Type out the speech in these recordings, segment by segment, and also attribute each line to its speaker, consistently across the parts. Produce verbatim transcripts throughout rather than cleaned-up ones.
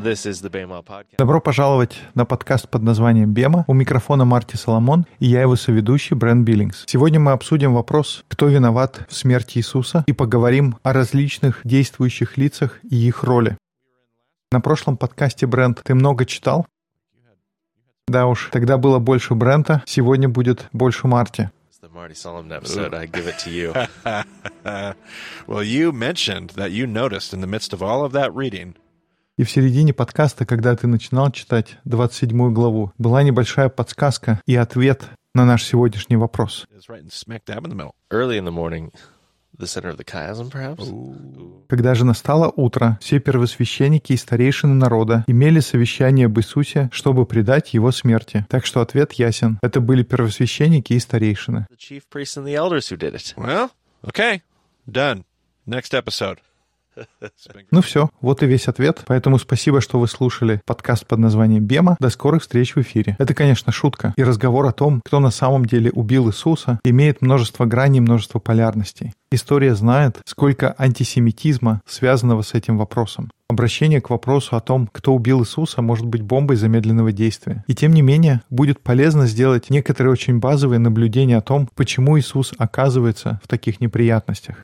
Speaker 1: This is the Bema Podcast.
Speaker 2: Добро пожаловать на подкаст под названием «Бема». У микрофона Марти Соломон, и я его соведущий Брент Биллингс. Сегодня мы обсудим вопрос, кто виноват в смерти Иисуса, и поговорим о различных действующих лицах и их роли. На прошлом подкасте, Брент, ты много читал? Да уж, тогда было больше Брента, сегодня будет больше Марти.
Speaker 1: The Marty Solomon episode, I give it to you.
Speaker 3: Well, you mentioned that you noticed in the midst of all of that reading.
Speaker 2: И в середине подкаста, когда ты начинал читать двадцать седьмую главу, была небольшая подсказка и ответ на наш сегодняшний вопрос.
Speaker 3: It's right smack dab in the middle.
Speaker 1: Early in the morning, the center of the chiasm, perhaps?
Speaker 2: Когда же настало утро, все первосвященники и старейшины народа имели совещание об Иисусе, чтобы предать его смерти. Так что ответ ясен. Это были первосвященники и старейшины.
Speaker 1: The chief priests and the elders who did it.
Speaker 3: Well, okay. Done. Next episode.
Speaker 2: Ну все, вот и весь ответ. Поэтому спасибо, что вы слушали подкаст под названием «Бема». До скорых встреч в эфире. Это, конечно, шутка. И разговор о том, кто на самом деле убил Иисуса, имеет множество граней, множество полярностей. История знает, сколько антисемитизма, связанного с этим вопросом. Обращение к вопросу о том, кто убил Иисуса, может быть бомбой замедленного действия. И тем не менее, будет полезно сделать некоторые очень базовые наблюдения о том, почему Иисус оказывается в таких неприятностях.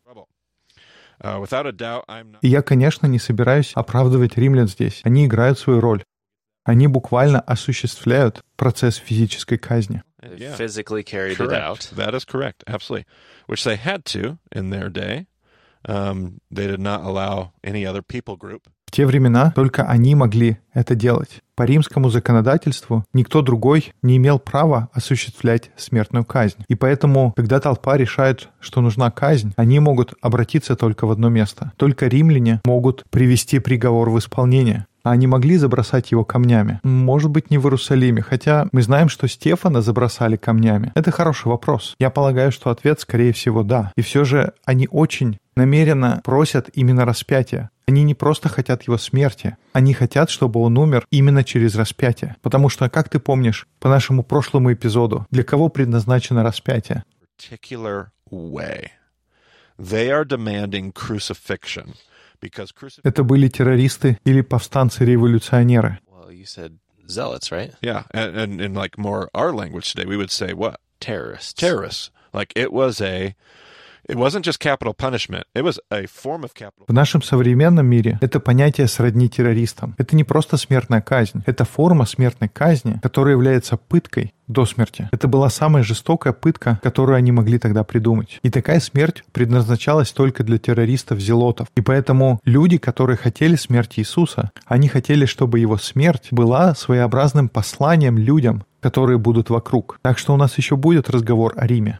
Speaker 3: Uh, without a doubt, I'm not...
Speaker 2: И я, конечно, не собираюсь оправдывать римлян здесь. Они играют свою роль. Они буквально осуществляют процесс физической казни.
Speaker 1: They
Speaker 3: Yeah.
Speaker 1: physically carried it out.
Speaker 3: Correct. That is correct. Absolutely. Which they had to in their day. Um, they did not allow any other people group.
Speaker 2: В те времена только они могли это делать. По римскому законодательству никто другой не имел права осуществлять смертную казнь. И поэтому, когда толпа решает, что нужна казнь, они могут обратиться только в одно место. Только римляне могут привести приговор в исполнение. А они могли забросать его камнями? Может быть, не в Иерусалиме, хотя мы знаем, что Стефана забросали камнями. Это хороший вопрос. Я полагаю, что ответ, скорее всего, да. И все же они очень намеренно просят именно распятия. Они не просто хотят его смерти, они хотят, чтобы он умер именно через распятие. Потому что, как ты помнишь, по нашему прошлому эпизоду, для кого предназначено распятие?
Speaker 3: Particular way. They are demanding crucifixion because crucifixion.
Speaker 2: Это были террористы или повстанцы-революционеры.
Speaker 1: Well, you said zealots, right?
Speaker 3: Yeah, and, and in like more our language today, we would say what?
Speaker 1: Terrorists.
Speaker 3: Terrorists. Like it was a. It wasn't just capital punishment. It was a form of capital.
Speaker 2: В нашем современном мире это понятие сродни террористам. Это не просто смертная казнь. Это форма смертной казни, которая является пыткой до смерти. Это была самая жестокая пытка, которую они могли тогда придумать. И такая смерть предназначалась только для террористов-зелотов. И поэтому люди, которые хотели смерти Иисуса, они хотели, чтобы его смерть была своеобразным посланием людям, которые будут вокруг. Так что у нас еще будет разговор о Риме.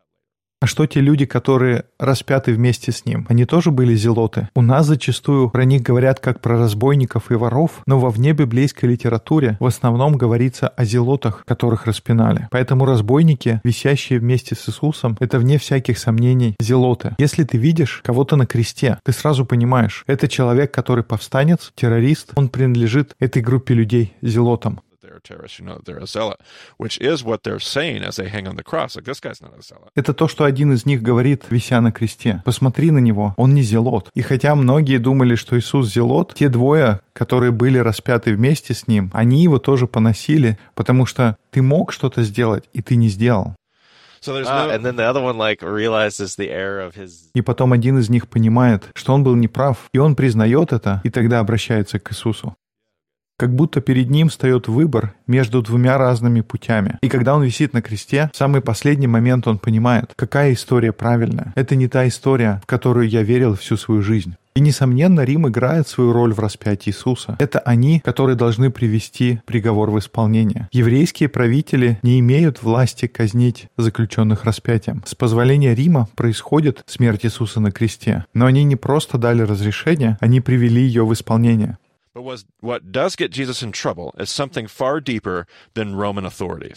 Speaker 2: А что те люди, которые распяты вместе с ним? Они тоже были зелоты. У нас зачастую про них говорят как про разбойников и воров, но во внебиблейской литературе в основном говорится о зелотах, которых распинали. Поэтому разбойники, висящие вместе с Иисусом, это вне всяких сомнений зелоты. Если ты видишь кого-то на кресте, ты сразу понимаешь, это человек, который повстанец, террорист, он принадлежит этой группе людей, зелотам.
Speaker 3: They're a terrorist, you know that they're a zealot, which is what they're saying as they hang on the cross. Like, this guy's not a zealot.
Speaker 2: Это то, что один из них говорит, вися на кресте. Посмотри на него, он не зелот. И хотя многие думали, что Иисус зелот, те двое, которые были распяты вместе с ним, они его тоже поносили, потому что ты мог что-то сделать, и ты не сделал.
Speaker 3: So there's
Speaker 1: Ah,
Speaker 3: no.
Speaker 1: and then the other one like realizes the error of his.
Speaker 2: И потом один из них понимает, что он был неправ, и он признает это, и тогда обращается к Иисусу. Как будто перед ним встает выбор между двумя разными путями. И когда он висит на кресте, в самый последний момент он понимает, какая история правильная. Это не та история, в которую я верил всю свою жизнь. И, несомненно, Рим играет свою роль в распятии Иисуса. Это они, которые должны привести приговор в исполнение. Еврейские правители не имеют власти казнить заключенных распятием. С позволения Рима происходит смерть Иисуса на кресте. Но они не просто дали разрешение, они привели ее в исполнение.
Speaker 3: But was, what does get Jesus in trouble is something far deeper than Roman authorities.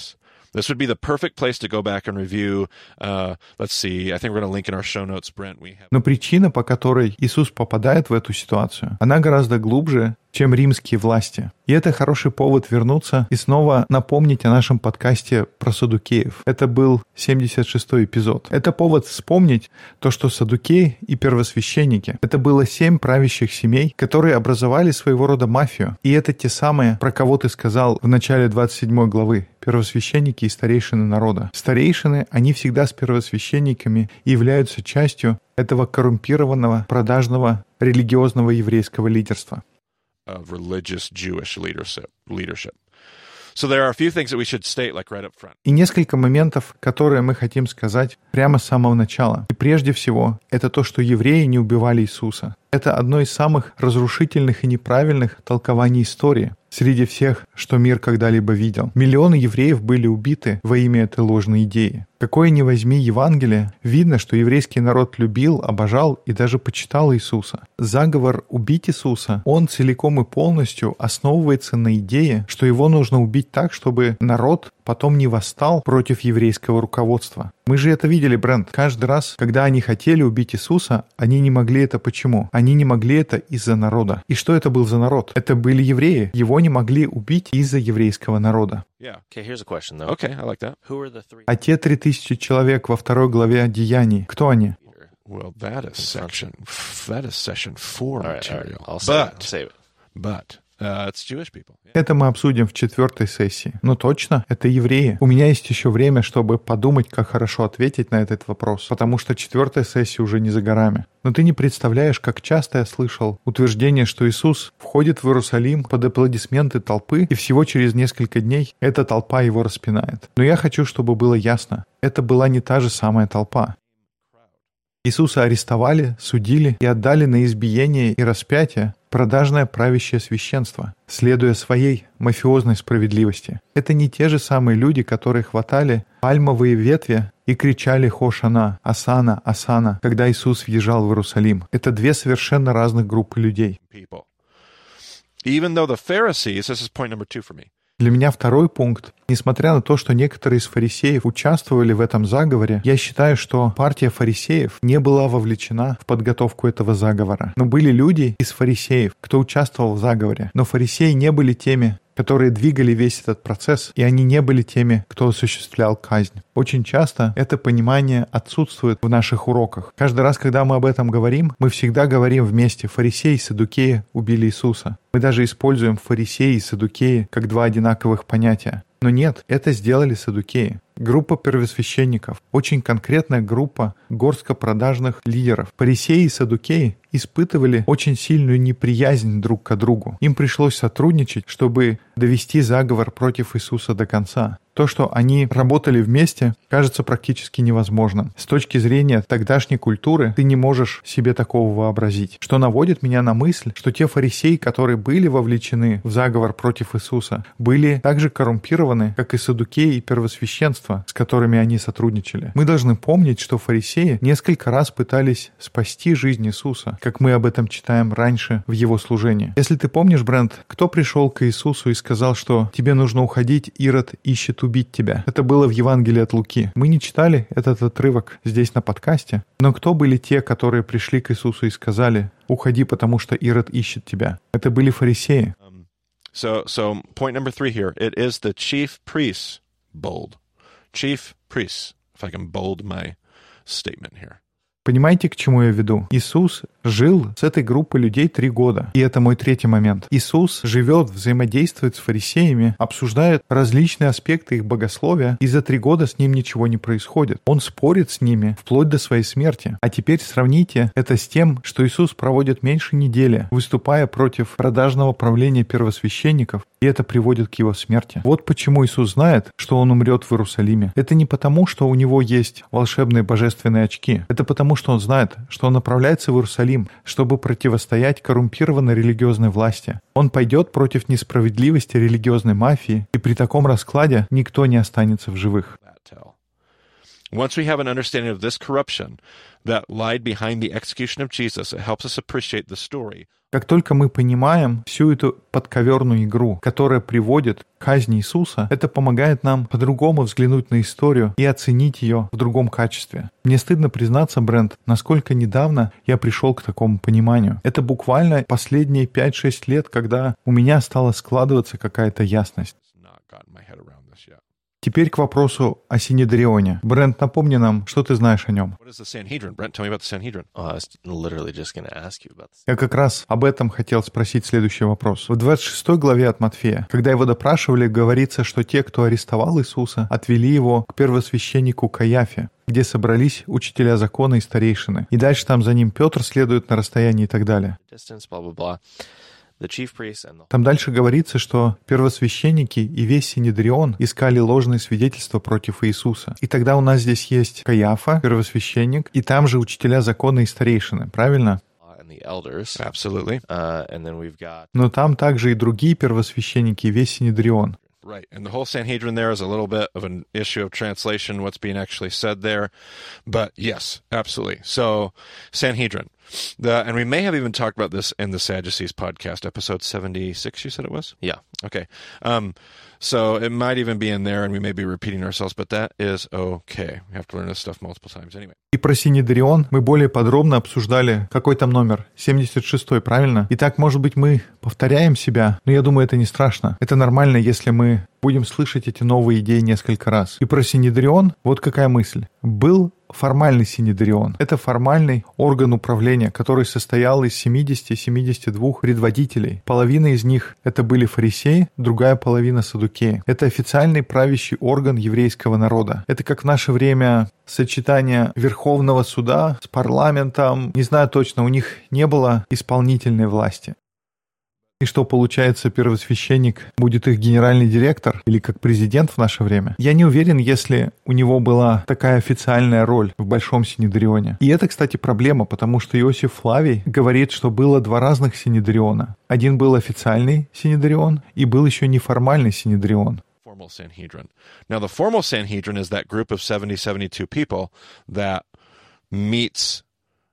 Speaker 3: This would be the perfect place to go back and review. Uh, let's see. I think we're going to link in our show notes, Brent. We have...
Speaker 2: Но причина, по которой Иисус попадает в эту ситуацию, она гораздо глубже, чем римские власти. И это хороший повод вернуться и снова напомнить о нашем подкасте про саддукеев. Это был семьдесят шестой эпизод. Это повод вспомнить то, что саддукеи и первосвященники — это было семь правящих семей, которые образовали своего рода мафию. И это те самые, про кого ты сказал в начале двадцать седьмой главы. Первосвященники и старейшины народа. Старейшины, они всегда с первосвященниками и являются частью этого коррумпированного, продажного, религиозного еврейского лидерства.
Speaker 3: Of religious Jewish leadership. leadership. So there are a few things that we should state, like right up front.
Speaker 2: И несколько моментов, которые мы хотим сказать прямо с самого начала. И прежде всего, это то, что евреи не убивали Иисуса. Это одно из самых разрушительных и неправильных толкований истории среди всех, что мир когда-либо видел. Миллионы евреев были убиты во имя этой ложной идеи. Какое ни возьми Евангелие, видно, что еврейский народ любил, обожал и даже почитал Иисуса. Заговор убить Иисуса, он целиком и полностью основывается на идее, что его нужно убить так, чтобы народ потом не восстал против еврейского руководства. Мы же это видели, Брент. Каждый раз, когда они хотели убить Иисуса, они не могли это. Почему? Они не могли это из-за народа. И что это был за народ? Это были евреи. Его не могли убить из-за еврейского народа.
Speaker 3: Yeah.
Speaker 1: Okay, here's a question, though.
Speaker 3: Okay, I like that.
Speaker 1: Who are the three?
Speaker 2: А те три тысячи человек во второй главе Деяний, кто они?
Speaker 3: Well, that is section. That is session four
Speaker 1: All right, all right.
Speaker 3: material.
Speaker 1: I'll save it.
Speaker 3: But,
Speaker 1: I'll save it.
Speaker 3: but uh, it's Jewish people. Yeah.
Speaker 2: Это мы обсудим в четвертой сессии. Но точно, это евреи. У меня есть еще время, чтобы подумать, как хорошо ответить на этот вопрос, потому что четвертая сессия уже не за горами. Но ты не представляешь, как часто я слышал утверждение, что Иисус входит в Иерусалим под аплодисменты толпы, и всего через несколько дней эта толпа его распинает. Но я хочу, чтобы было ясно, это была не та же самая толпа. Иисуса арестовали, судили и отдали на избиение и распятие продажное правящее священство, следуя своей мафиозной справедливости. Это не те же самые люди, которые хватали пальмовые ветви и кричали «Хошана», «Асана», «Асана», когда Иисус въезжал в Иерусалим. Это две совершенно разных группы людей.
Speaker 3: People. Even though the Pharisees, this is point number two for me.
Speaker 2: Для меня второй пункт. Несмотря на то, что некоторые из фарисеев участвовали в этом заговоре, я считаю, что партия фарисеев не была вовлечена в подготовку этого заговора. Но были люди из фарисеев, кто участвовал в заговоре. Но фарисеи не были теми, которые двигали весь этот процесс, и они не были теми, кто осуществлял казнь. Очень часто это понимание отсутствует в наших уроках. Каждый раз, когда мы об этом говорим, мы всегда говорим вместе: фарисеи и саддукеи убили Иисуса. Мы даже используем фарисеи и саддукеи как два одинаковых понятия. Но нет, это сделали саддукеи. Группа первосвященников, очень конкретная группа горстка продажных лидеров. Фарисеи и саддукеи испытывали очень сильную неприязнь друг к другу. Им пришлось сотрудничать, чтобы довести заговор против Иисуса до конца. То, что они работали вместе, кажется практически невозможным. С точки зрения тогдашней культуры ты не можешь себе такого вообразить. Что наводит меня на мысль, что те фарисеи, которые были вовлечены в заговор против Иисуса, были так же коррумпированы, как и саддукеи и первосвященство, с которыми они сотрудничали. Мы должны помнить, что фарисеи несколько раз пытались спасти жизнь Иисуса, как мы об этом читаем раньше в его служении. Если ты помнишь, Брент, кто пришел к Иисусу и сказал, что тебе нужно уходить, Ирод ищет убить тебя? Это было в Евангелии от Луки. Мы не читали этот отрывок здесь на подкасте, но кто были те, которые пришли к Иисусу и сказали: уходи, потому что Ирод ищет тебя? Это были фарисеи.
Speaker 3: Um, so, so point number three here, it is the chief priests, bold. Chief priests, if I can bold my statement here.
Speaker 2: Понимаете, к чему я веду? Иисус жил с этой группой людей три года. И это мой третий момент. Иисус живет, взаимодействует с фарисеями, обсуждает различные аспекты их богословия, и за три года с ним ничего не происходит. Он спорит с ними вплоть до своей смерти. А теперь сравните это с тем, что Иисус проводит меньше недели, выступая против продажного правления первосвященников, и это приводит к его смерти. Вот почему Иисус знает, что он умрет в Иерусалиме. Это не потому, что у него есть волшебные божественные очки. Это потому, что он знает, что он направляется в Иерусалим, чтобы противостоять коррумпированной религиозной власти. Он пойдет против несправедливости религиозной мафии, и при таком раскладе никто не останется в живых.
Speaker 3: Once we have an understanding of this corruption that lied behind the execution of Jesus, it helps us appreciate the story
Speaker 2: Как только мы понимаем всю эту подковерную игру, которая приводит к казни Иисуса, это помогает нам по-другому взглянуть на историю и оценить ее в другом качестве. Мне стыдно признаться, Брент, насколько недавно я пришел к такому пониманию. Это буквально последние пять-шесть лет, когда у меня стала складываться какая-то ясность. Теперь к вопросу о Синедрионе. Брент, напомни нам, что ты знаешь о нем.
Speaker 3: What is the Sanhedrin? Brent, tell me about the Sanhedrin.
Speaker 1: Oh, I was literally just going to ask you about this.
Speaker 2: Я как раз об этом хотел спросить следующий вопрос. В двадцать шестой главе от Матфея, когда его допрашивали, говорится, что те, кто арестовал Иисуса, отвели его к первосвященнику Каяфе, где собрались учителя закона и старейшины. И дальше там за ним Петр следует на расстоянии и так далее.
Speaker 1: Distance, blah, blah, blah. The chief priests and the...
Speaker 2: Там дальше говорится, что первосвященники и весь Синедрион искали ложные свидетельства против Иисуса. И тогда у нас здесь есть Каяфа, первосвященник, и там же учителя закона и старейшины, правильно?
Speaker 1: and the elders.
Speaker 3: Absolutely.
Speaker 1: Uh, and then we've got...
Speaker 2: Но там также и другие первосвященники, и весь Синедрион.
Speaker 3: Right. And the whole Sanhedrin there is a little bit of an issue of translation, what's being actually said there. But yes, absolutely. So, Sanhedrin. The, and we may have even talked about this in the Sadducees podcast, episode seventy-six, you said it was?
Speaker 1: Yeah.
Speaker 3: Okay. Um, so it might even be in there, and we may be repeating ourselves, but that is okay. We have to learn this stuff multiple times anyway.
Speaker 2: И про Синедрион мы более подробно обсуждали. Какой там номер? семьдесят шестой, правильно? Итак, может быть, мы повторяем себя, но я думаю, это не страшно. Это нормально, если мы будем слышать эти новые идеи несколько раз. И про Синедрион вот какая мысль. Был формальный Синедрион. Это формальный орган управления, который состоял из семидесяти-семидесяти двух предводителей. Половина из них это были фарисеи, другая половина саддукеи. Это официальный правящий орган еврейского народа. Это как в наше время сочетание Верховного суда с парламентом. Не знаю точно, у них не было исполнительной власти. И что, получается, первосвященник будет их генеральный директор или как президент в наше время? Я не уверен, если у него была такая официальная роль в Большом Синедрионе. И это, кстати, проблема, потому что Иосиф Флавий говорит, что было два разных Синедриона. Один был официальный Синедрион, и был еще неформальный Синедрион.
Speaker 3: Formal Sanhedrin. Now, the formal Sanhedrin is that group of seventy, seventy-two people that meets...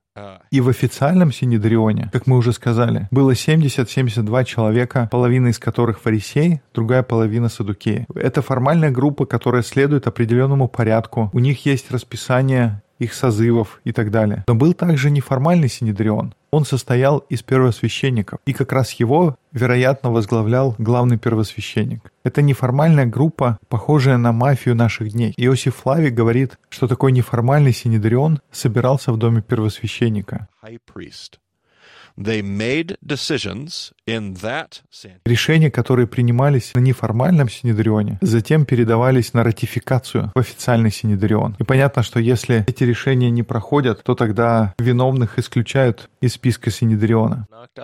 Speaker 2: И в официальном Синедрионе, как мы уже сказали, было семьдесят-семьдесят два человека, половина из которых фарисеи, другая половина саддукеи. Это формальная группа, которая следует определенному порядку. У них есть расписание их созывов и так далее. Но был также неформальный Синедрион. Он состоял из первосвященников, и как раз его, вероятно, возглавлял главный первосвященник. Это неформальная группа, похожая на мафию наших дней. Иосиф Флавий говорит, что такой неформальный Синедрион собирался в доме первосвященника.
Speaker 3: They made decisions in that Sanhedrin.
Speaker 2: Решения, которые принимались на неформальном Синедрионе, затем передавались на ратификацию в официальный Синедрион. И понятно, что если эти решения не проходят, то тогда виновных исключают из списка Синедриона.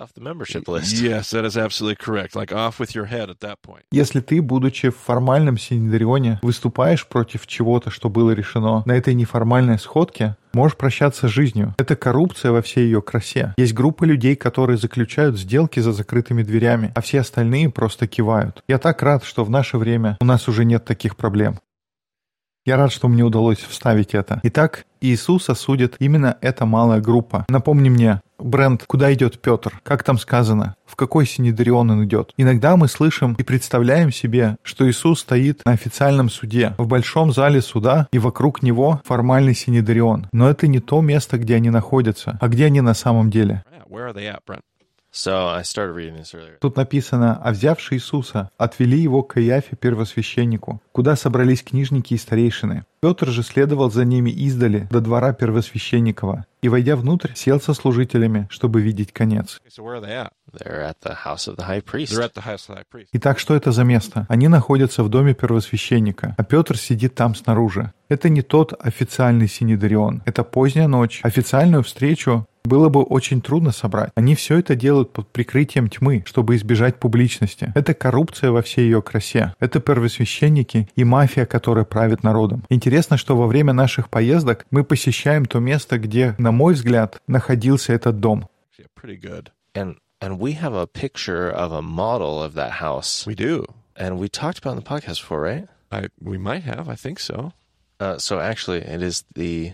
Speaker 3: Yes, that is absolutely correct. Like off with your head at that point.
Speaker 2: Если ты, будучи в формальном Синедрионе, выступаешь против чего-то, что было решено на этой неформальной сходке, можешь прощаться с жизнью. Это коррупция во всей ее красе. Есть группа людей, которые заключают сделки за закрытыми дверями, а все остальные просто кивают. Я так рад, что в наше время у нас уже нет таких проблем. Я рад, что мне удалось вставить это. Итак, Иисус осудит именно эта малая группа. Напомни мне, Брент, куда идет Петр? Как там сказано? В какой Синедрион он идет? Иногда мы слышим и представляем себе, что Иисус стоит на официальном суде, в большом зале суда, и вокруг него формальный Синедрион. Но это не то место, где они находятся, а где они на самом деле.
Speaker 3: Where are they at, Brent?
Speaker 1: So I started reading this earlier.
Speaker 2: Тут написано: «А взявши Иисуса, отвели его к Каяфе первосвященнику, куда собрались книжники и старейшины. Петр же следовал за ними издали до двора первосвященникова, и, войдя внутрь, сел со служителями, чтобы видеть конец».
Speaker 3: So where are they at?
Speaker 1: They're at the house of the high priest.
Speaker 3: They're at the house of the high priest.
Speaker 2: Итак, что это за место? Они находятся в доме первосвященника, а Петр сидит там снаружи. Это не тот официальный Синедрион. Это поздняя ночь. Официальную встречу было бы очень трудно собрать. Они все это делают под прикрытием тьмы, чтобы избежать публичности. Это коррупция во всей ее красе. Это первосвященники и мафия, которая правит народом. Интересно, что во время наших поездок мы посещаем то место, где, на мой взгляд, находился этот дом.
Speaker 3: Yeah, pretty good.
Speaker 1: And and we have a picture of a model of that house.
Speaker 3: We do.
Speaker 1: And we talked about it in the podcast before, right?
Speaker 3: I we might have. I think so.
Speaker 1: Uh, so actually, it is the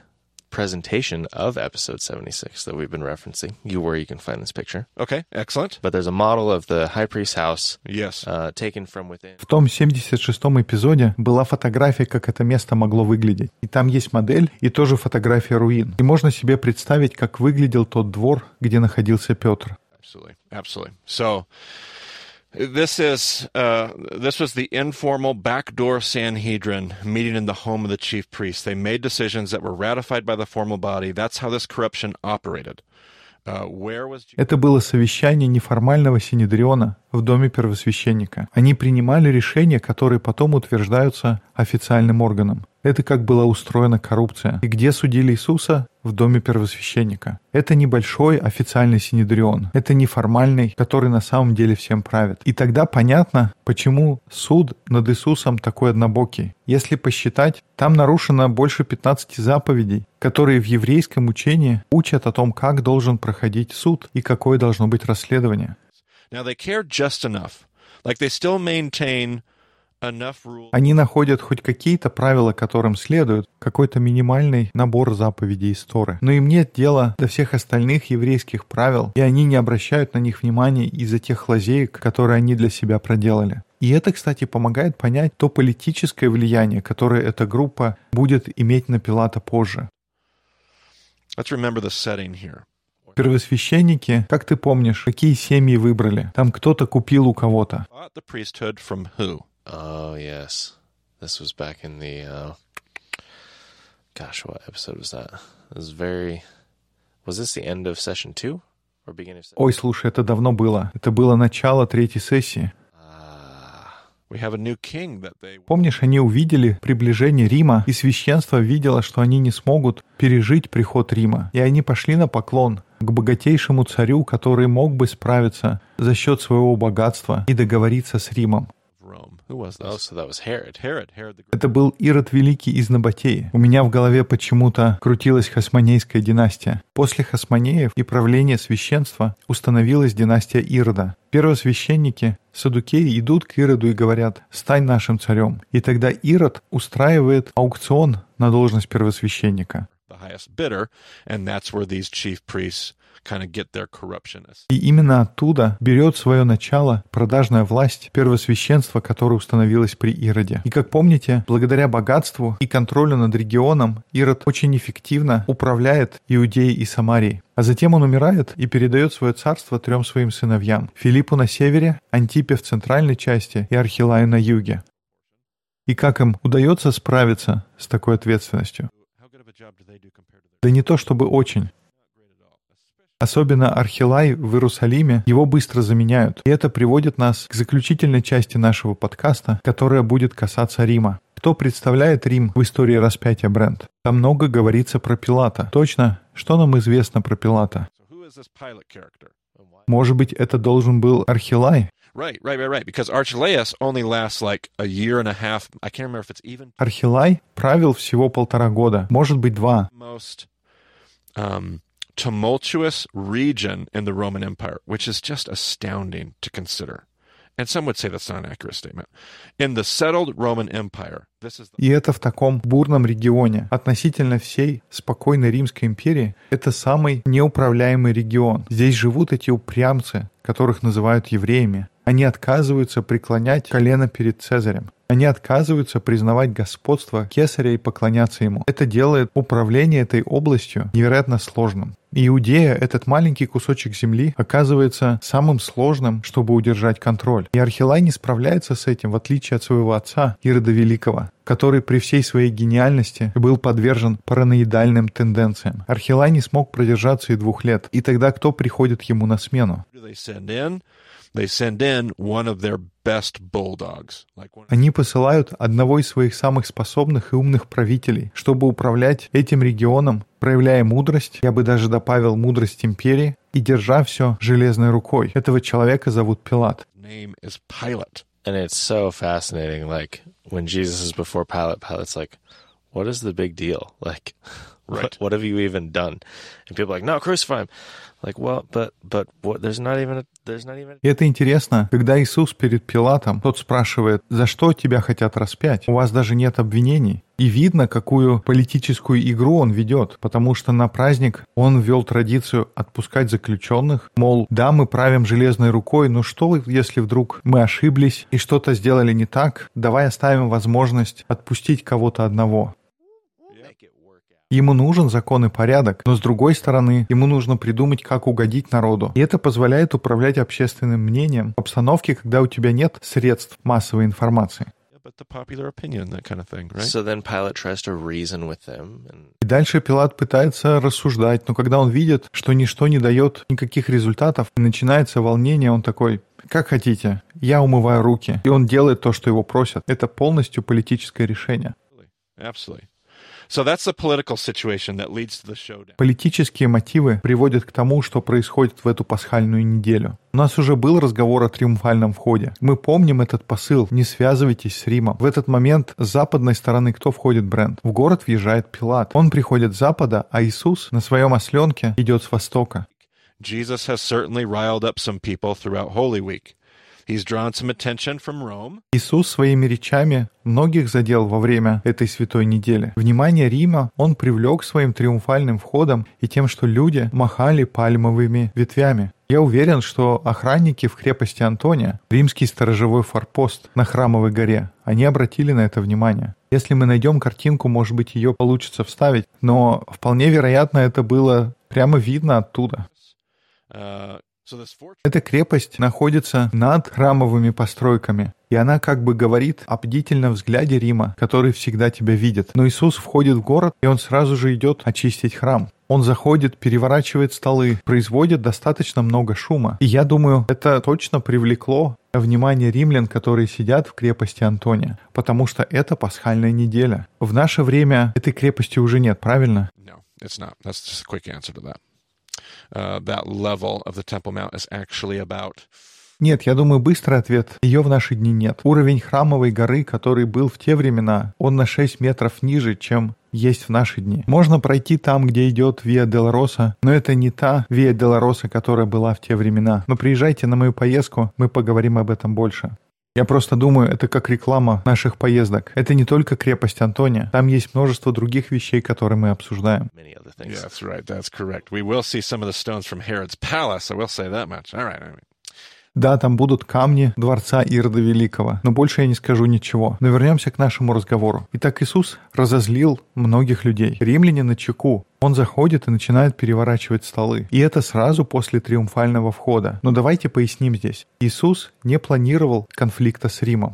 Speaker 1: presentation of episode seventy-six that we've been referencing, you where you can find this picture.
Speaker 3: Okay, excellent.
Speaker 1: But there's a model of the high priest's house,
Speaker 3: Yes.
Speaker 1: uh, taken from within.
Speaker 2: В том семьдесят шестом эпизоде была фотография, как это место могло выглядеть. И там есть модель и тоже фотография руин. И можно себе представить, как выглядел тот двор, где находился Петр.
Speaker 3: Absolutely, absolutely. So this is uh, this was the informal backdoor Sanhedrin meeting in the home of the chief priest. They made decisions that were ratified by the formal body. That's how this corruption operated. Uh, where was...
Speaker 2: Это было совещание неформального синедриона в доме первосвященника. Они принимали решения, которые потом утверждаются официальным органом. Это как была устроена коррупция. И где судили Иисуса? В доме первосвященника. Это небольшой официальный синедрион. Это неформальный, который на самом деле всем правит. И тогда понятно, почему суд над Иисусом такой однобокий. Если посчитать, там нарушено больше пятнадцати заповедей, которые в еврейском учении учат о том, как должен проходить суд и какое должно быть расследование.
Speaker 3: Now they care just enough. Like they still maintain enough rules.
Speaker 2: Они находят хоть какие-то правила, которым следуют, какой-то минимальный набор заповедей из Торы. Но им нет дела до всех остальных еврейских правил, и они не обращают на них внимания из-за тех лазеек, которые они для себя проделали. И это, кстати, помогает понять то политическое влияние, которое эта группа будет иметь на Пилата позже.
Speaker 3: Let's remember the setting here.
Speaker 2: Первосвященники, как ты помнишь, какие семьи выбрали? Там кто-то купил у кого-то.
Speaker 3: Bought the priesthood from who?
Speaker 1: Oh, yes. This was back in the, uh, gosh, what episode was that? It was very, was this the end of session two? Or beginning of session?
Speaker 2: Ой, слушай, это давно было. Это было начало третьей сессии.
Speaker 3: We have a new king that they...
Speaker 2: Помнишь, они увидели приближение Рима, и священство видело, что они не смогут пережить приход Рима. И они пошли на поклон к богатейшему царю, который мог бы справиться за счет своего богатства и договориться с Римом.
Speaker 3: Who was this?
Speaker 1: Oh, so that was Herod.
Speaker 3: Herod. Herod the Great.
Speaker 2: Это был Ирод Великий из Набатеи. У меня в голове почему-то крутилась Хасмонейская династия. После Хасмонеев и правления священства установилась династия Ирода. Первосвященники, саддукеи, идут к Ироду и говорят: «Стань нашим царем». И тогда Ирод устраивает аукцион на должность первосвященника.
Speaker 3: The highest bidder, and that's where these chief priests kind of get their corruption.
Speaker 2: И именно оттуда берет свое начало продажная власть первосвященства, которое установилось при Ироде. И как помните, благодаря богатству и контролю над регионом Ирод очень эффективно управляет Иудеей и Самарией. А затем он умирает и передает свое царство трем своим сыновьям: Филиппу на севере, Антипе в центральной части и Архилаю на юге. И как им удается справиться с такой ответственностью? Да не то чтобы очень. Особенно Архилай в Иерусалиме, его быстро заменяют. И это приводит нас к заключительной части нашего подкаста, которая будет касаться Рима. Кто представляет Рим в истории распятия, Брент? Там много говорится про Пилата. Точно? Что нам известно про Пилата? Может быть, это должен был Архилай?
Speaker 3: Right, right, right, right. Because Archelaus only lasts like a year and a half. I can't remember if it's even.
Speaker 2: Архилай правил всего полтора года, может быть, два.
Speaker 3: Most um, tumultuous region in the Roman Empire, which is just astounding to consider. And some would say that's not an accurate statement. In the settled Roman Empire, this is the...
Speaker 2: И это в таком бурном регионе. Относительно всей спокойной Римской империи, это самый неуправляемый регион. Здесь живут эти упрямцы, которых называют евреями. Они отказываются преклонять колено перед Цезарем. Они отказываются признавать господство Кесаря и поклоняться ему. Это делает управление этой областью невероятно сложным. Иудея, этот маленький кусочек земли, оказывается самым сложным, чтобы удержать контроль. И Архилай не справляется с этим, в отличие от своего отца, Ирода Великого, который при всей своей гениальности был подвержен параноидальным тенденциям. Архилай не смог продержаться и двух лет. И тогда кто приходит ему на смену?
Speaker 3: They send in one of their best bulldogs. Like one...
Speaker 2: Они посылают одного из своих самых способных и умных правителей, чтобы управлять этим регионом, проявляя мудрость, я бы даже добавил мудрость империи, и держа все железной рукой. Этого человека зовут Пилат.
Speaker 3: Name is Pilate.
Speaker 1: And it's so fascinating, like, when Jesus is before Pilate, Pilate's like, what is the big deal? Like, what,
Speaker 3: Right.
Speaker 1: what have you even done? And people are like, no, crucify him. Like, well, but, but what, there's not even, a, there's not even.
Speaker 2: И это интересно, когда Иисус перед Пилатом, тот спрашивает, за что тебя хотят распять? У вас даже нет обвинений. И видно, какую политическую игру он ведет, потому что на праздник он ввел традицию отпускать заключенных, мол, да, мы правим железной рукой, но что, если вдруг мы ошиблись и что-то сделали не так, давай оставим возможность отпустить кого-то одного. Ему нужен закон и порядок, но с другой стороны, ему нужно придумать, как угодить народу. И это позволяет управлять общественным мнением в обстановке, когда у тебя нет средств массовой информации.
Speaker 3: But the popular opinion, that kind of thing, right?
Speaker 1: So then Pilate tries to reason with them. And...
Speaker 2: И дальше Пилат пытается рассуждать, но когда он видит, что ничто не дает никаких результатов, и начинается волнение, он такой, как хотите, я умываю руки. И он делает то, что его просят. Это полностью политическое решение.
Speaker 3: Absolutely. So that's the political situation that leads to the showdown.
Speaker 2: Политические мотивы приводят к тому, что происходит в эту пасхальную неделю. У нас уже был разговор о триумфальном входе. Мы помним этот посыл «Не связывайтесь с Римом». В этот момент с западной стороны кто входит, Брент? В город въезжает Пилат. Он приходит с запада, а Иисус на своем осленке идет с востока.
Speaker 3: Jesus has certainly riled up some people throughout Holy Week. He's drawn some attention from Rome.
Speaker 2: Иисус своими речами многих задел во время этой святой недели. Внимание Рима он привлек своим триумфальным входом и тем, что люди махали пальмовыми ветвями. Я уверен, что охранники в крепости Антония, римский сторожевой форпост на Храмовой горе, они обратили на это внимание. Если мы найдем картинку, может быть, ее получится вставить, но вполне вероятно, это было прямо видно оттуда.
Speaker 3: Uh, so this fortress...
Speaker 2: Эта крепость находится над храмовыми постройками, и она как бы говорит о бдительном взгляде Рима, который всегда тебя видит. Но Иисус входит в город, и он сразу же идет очистить храм. Он заходит, переворачивает столы, производит достаточно много шума. И я думаю, это точно привлекло внимание римлян, которые сидят в крепости Антония, потому что это пасхальная неделя. В наше время этой крепости уже нет, правильно?
Speaker 3: No, it's not. That's just a quick answer to that. Uh, that level of the Temple Mount is actually about...
Speaker 2: Нет, я думаю, быстрый ответ. Ее в наши дни нет. Уровень Храмовой горы, который был в те времена, он на шесть метров ниже, чем есть в наши дни. Можно пройти там, где идет Виа Долороса, но это не та Виа Долороса, которая была в те времена. Но приезжайте на мою поездку, мы поговорим об этом больше. Я просто думаю, это как реклама наших поездок. Это не только крепость Антония. Там есть множество других вещей, которые мы обсуждаем.
Speaker 1: many other things.
Speaker 3: Yeah, that's right. That's correct. We will see some of the stones from Herod's palace. I will say that much. All right. All right.
Speaker 2: Да, там будут камни дворца Ирода Великого, но больше я не скажу ничего. Но вернемся к нашему разговору. Итак, Иисус разозлил многих людей. Римляне начеку. Он заходит и начинает переворачивать столы. И это сразу после триумфального входа. Но давайте поясним здесь. Иисус не планировал конфликта с Римом.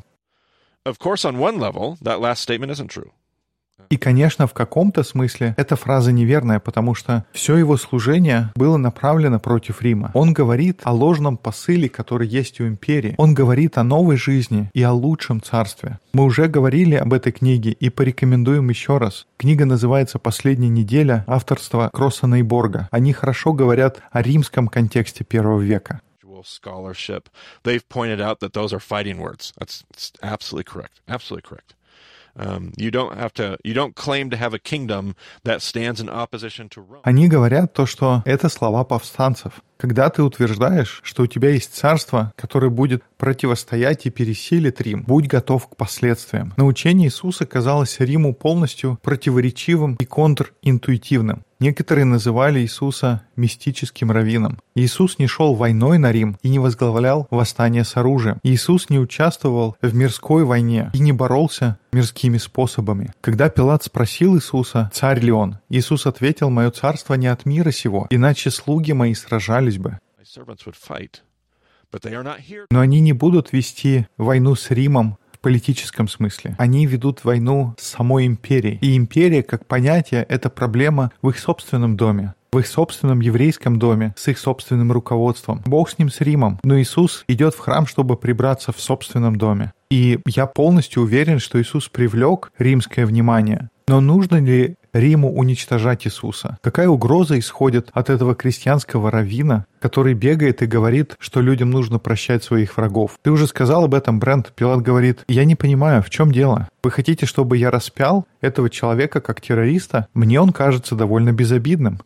Speaker 3: Of course, on one level, that last statement isn't true.
Speaker 2: И, конечно, в каком-то смысле эта фраза неверная, потому что все его служение было направлено против Рима. Он говорит о ложном посыле, который есть у империи. Он говорит о новой жизни и о лучшем царстве. Мы уже говорили об этой книге и порекомендуем еще раз. Книга называется «Последняя неделя», авторства Кроссана и Борга. Они хорошо говорят о римском контексте первого века.
Speaker 3: Scholarship, they've pointed out that those are fighting words. That's, that's absolutely correct. Absolutely correct. Um, you don't have to, you don't claim to have a kingdom that stands in opposition to Rome.
Speaker 2: Они говорят то, что это слова повстанцев. Когда ты утверждаешь, что у тебя есть царство, которое будет противостоять и пересилит Рим, будь готов к последствиям. Но учение Иисуса казалось Риму полностью противоречивым и контринтуитивным. Некоторые называли Иисуса мистическим раввином. Иисус не шел войной на Рим и не возглавлял восстание с оружием. Иисус не участвовал в мирской войне и не боролся мирскими способами. Когда Пилат спросил Иисуса, царь ли он, Иисус ответил: «Мое царство не от мира сего, иначе слуги мои сражались бы». Но они не будут вести войну с Римом в политическом смысле. Они ведут войну с самой империей. И империя, как понятие, это проблема в их собственном доме, в их собственном еврейском доме, с их собственным руководством. Бог с ним, с Римом. Но Иисус идет в храм, чтобы прибраться в собственном доме. И я полностью уверен, что Иисус привлек римское внимание. Но нужно ли Риму уничтожать Иисуса? Какая угроза исходит от этого крестьянского раввина, который бегает и говорит, что людям нужно прощать своих врагов? Ты уже сказал об этом, Брент. Пилат говорит: «Я не понимаю, в чем дело? Вы хотите, чтобы я распял этого человека как террориста? Мне он кажется довольно безобидным».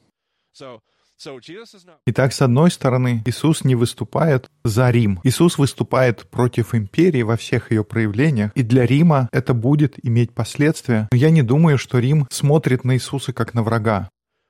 Speaker 2: Итак, с одной стороны, Иисус не выступает за Рим. Иисус выступает против империи во всех ее проявлениях, и для Рима это будет иметь последствия. Но я не думаю, что Рим смотрит на Иисуса как на врага.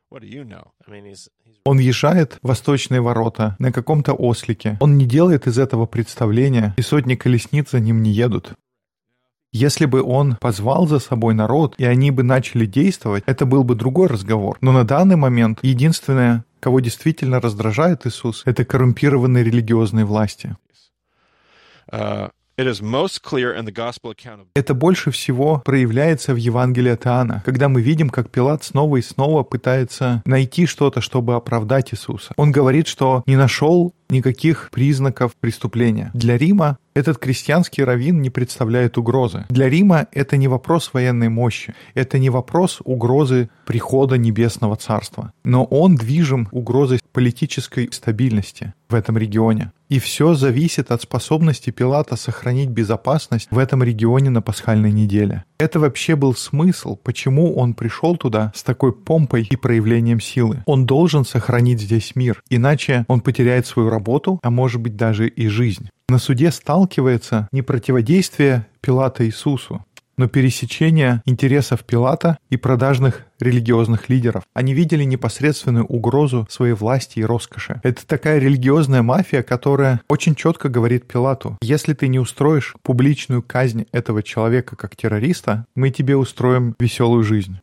Speaker 2: Он въезжает в восточные ворота на каком-то ослике. Он не делает из этого представления, и сотни колесниц за ним не едут. Если бы он позвал за собой народ, и они бы начали действовать, это был бы другой разговор. Но на данный момент единственное, кого действительно раздражает Иисус, это коррумпированные религиозные власти.
Speaker 3: Uh, it is most clear in the gospel account of...
Speaker 2: Это больше всего проявляется в Евангелии от Иоанна, когда мы видим, как Пилат снова и снова пытается найти что-то, чтобы оправдать Иисуса. Он говорит, что не нашел никаких признаков преступления. Для Рима этот крестьянский раввин не представляет угрозы. Для Рима это не вопрос военной мощи, это не вопрос угрозы прихода Небесного Царства. Но он движим угрозой политической стабильности в этом регионе. И все зависит от способности Пилата сохранить безопасность в этом регионе на пасхальной неделе. Это вообще был смысл, почему он пришел туда с такой помпой и проявлением силы. Он должен сохранить здесь мир, иначе он потеряет свою работу, а может быть даже и жизнь. На суде сталкивается не противодействие Пилата Иисусу, но пересечение интересов Пилата и продажных религиозных лидеров. Они видели непосредственную угрозу своей власти и роскоши. Это такая религиозная мафия, которая очень четко говорит Пилату: если ты не устроишь публичную казнь этого человека как террориста, мы тебе устроим веселую жизнь.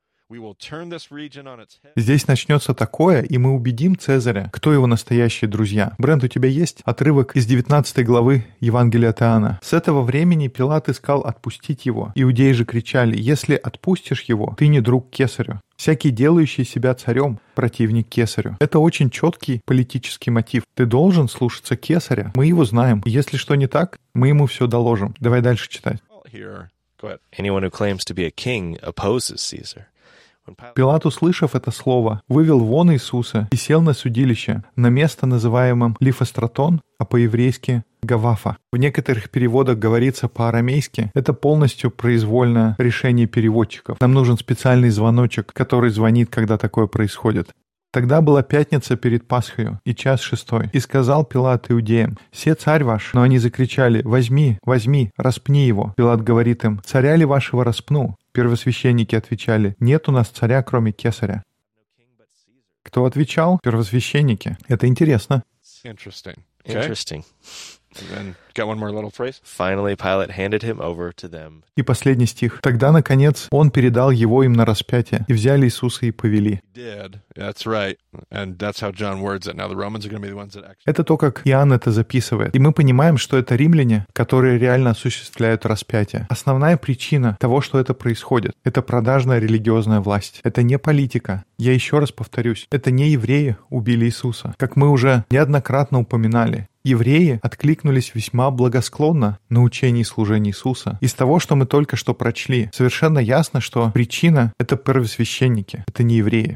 Speaker 2: Здесь начнется такое, и мы убедим Цезаря, кто его настоящие друзья. Брент, у тебя есть отрывок из девятнадцатой главы Евангелия от Иоанна. С этого времени Пилат искал отпустить его. Иудеи же кричали: если отпустишь его, ты не друг Кесарю. Всякий, делающий себя царем, противник Кесарю. Это очень четкий политический мотив. Ты должен слушаться Кесаря. Мы его знаем. Если что не так, мы ему все доложим. Давай дальше читать.
Speaker 1: Anyone who claims to be a king opposes Caesar.
Speaker 2: Пилат, услышав это слово, вывел вон Иисуса и сел на судилище, на место, называемым Лифостратон, а по-еврейски Гавафа. В некоторых переводах говорится по-арамейски. Это полностью произвольное решение переводчиков. Нам нужен специальный звоночек, который звонит, когда такое происходит. Тогда была пятница перед Пасхою, и час шестой. И сказал Пилат иудеям: «Се царь ваш». Но они закричали: «Возьми, возьми, распни его». Пилат говорит им: «Царя ли вашего распну?» Первосвященники отвечали: «Нет у нас царя, кроме Кесаря». Кто отвечал? Первосвященники. Это интересно.
Speaker 3: Interesting.
Speaker 1: Interesting.
Speaker 3: And then got one more little phrase.
Speaker 1: Finally, Pilate handed him over to them.
Speaker 2: И последний стих. «Тогда, наконец, он передал его им на распятие, и взяли Иисуса и повели».
Speaker 3: Did. That's right. And that's how John words it. Now the Romans are going to be the ones that actually...
Speaker 2: Это то, как Иоанн это записывает. И мы понимаем, что это римляне, которые реально осуществляют распятие. Основная причина того, что это происходит, это продажная религиозная власть. Это не политика. Я еще раз повторюсь, это не евреи убили Иисуса. Как мы уже неоднократно упоминали, евреи откликнулись весьма благосклонно на учение и служение Иисуса. Из того, что мы только что прочли, совершенно ясно, что причина — это первосвященники, это не евреи.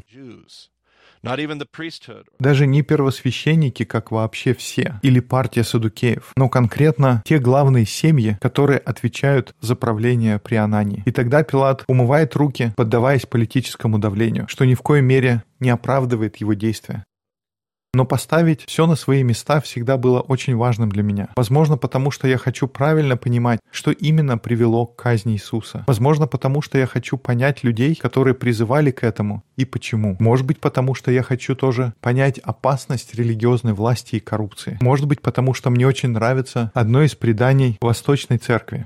Speaker 2: Даже не первосвященники, как вообще все, или партия саддукеев, но конкретно те главные семьи, которые отвечают за правление при Анании. И тогда Пилат умывает руки, поддаваясь политическому давлению, что ни в коей мере не оправдывает его действия. Но поставить все на свои места всегда было очень важным для меня. Возможно, потому что я хочу правильно понимать, что именно привело к казни Иисуса. Возможно, потому что я хочу понять людей, которые призывали к этому, и почему. Может быть, потому что я хочу тоже понять опасность религиозной власти и коррупции. Может быть, потому что мне очень нравится одно из преданий Восточной Церкви.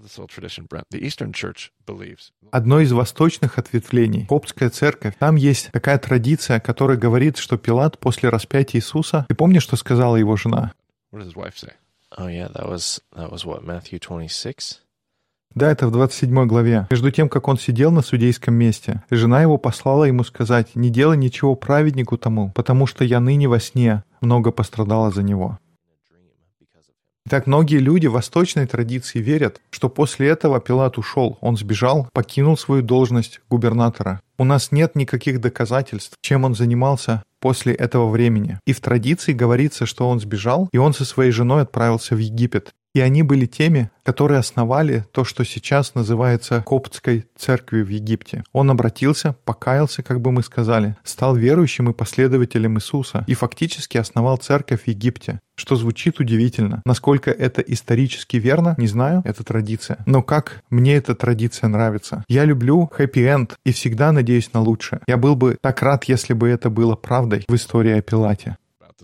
Speaker 2: Одно из восточных ответвлений, Коптская церковь, там есть такая традиция, которая говорит, что Пилат после распятия Иисуса... Ты помнишь, что сказала его жена?
Speaker 1: Oh yeah, that was that was what, Matthew twenty-six?
Speaker 2: Да, это в двадцать седьмой главе. Между тем, как он сидел на судейском месте, жена его послала ему сказать: «Не делай ничего праведнику тому, потому что я ныне во сне много пострадала за него». Так многие люди в восточной традиции верят, что после этого Пилат ушел, он сбежал, покинул свою должность губернатора. У нас нет никаких доказательств, чем он занимался после этого времени. И в традиции говорится, что он сбежал, и он со своей женой отправился в Египет. И они были теми, которые основали то, что сейчас называется Коптской церковью в Египте. Он обратился, покаялся, как бы мы сказали, стал верующим и последователем Иисуса и фактически основал церковь в Египте. Что звучит удивительно. Насколько это исторически верно, не знаю, это традиция. Но как мне эта традиция нравится. Я люблю хэппи-энд и всегда надеюсь на лучшее. Я был бы так рад, если бы это было правдой в истории о Пилате.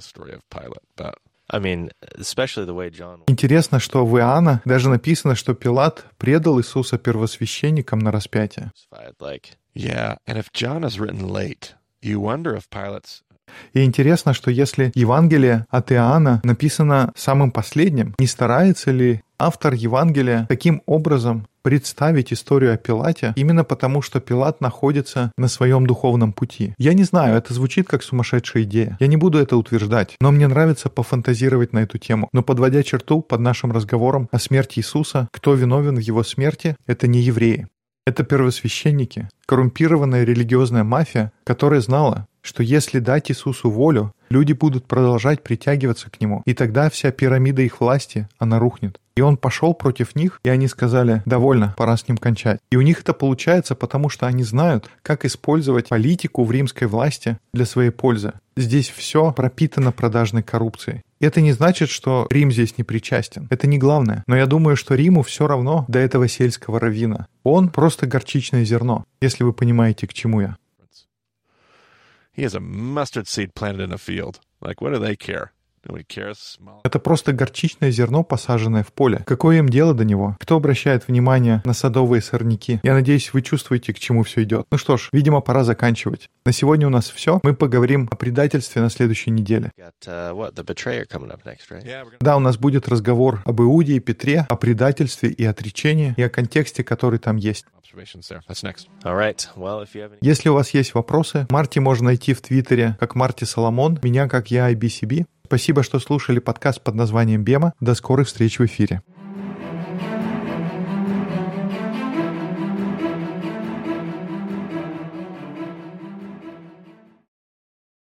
Speaker 1: I mean, especially the way John...
Speaker 2: Интересно, что в Иоанна даже написано, что Пилат предал Иисуса первосвященникам на распятие.
Speaker 3: Yeah, and if John is written late, you wonder if Pilate's...
Speaker 2: И интересно, что если Евангелие от Иоанна написано самым последним, не старается ли автор Евангелия таким образом представить историю о Пилате именно потому, что Пилат находится на своем духовном пути? Я не знаю, это звучит как сумасшедшая идея. Я не буду это утверждать, но мне нравится пофантазировать на эту тему. Но подводя черту под нашим разговором о смерти Иисуса, кто виновен в его смерти, это не евреи. Это первосвященники, коррумпированная религиозная мафия, которая знала, что если дать Иисусу волю, люди будут продолжать притягиваться к Нему, и тогда вся пирамида их власти, она рухнет. И Он пошел против них, и они сказали: «Довольно, пора с Ним кончать». И у них это получается, потому что они знают, как использовать политику в римской власти для своей пользы. Здесь все пропитано продажной коррупцией. Это не значит, что Рим здесь не причастен. Это не главное. Но я думаю, что Риму все равно до этого сельского раввина. Он просто горчичное зерно, если вы понимаете, к чему я.
Speaker 3: He has a mustard seed planted in a field. Like, what do they care? Nobody cares.
Speaker 2: Это просто горчичное зерно, посаженное в поле. Какое им дело до него? Кто обращает внимание на садовые сорняки? Я надеюсь, вы чувствуете, к чему все идет. Ну что ж, видимо, пора заканчивать. На сегодня у нас все. Мы поговорим о предательстве на следующей неделе.
Speaker 1: Got, uh, what, the betrayer coming up next, right?
Speaker 3: Yeah, we're gonna...
Speaker 2: Да, у нас будет разговор об Иуде и Петре, о предательстве и отречении, и о контексте, который там есть.
Speaker 3: Observations there. That's next.
Speaker 1: All right. Well, if you have any...
Speaker 2: Если у вас есть вопросы, Марти можно найти в Твиттере как Марти Соломон, меня как я ай би си би. Спасибо, что слушали подкаст под названием «Бема». До скорых встреч в эфире.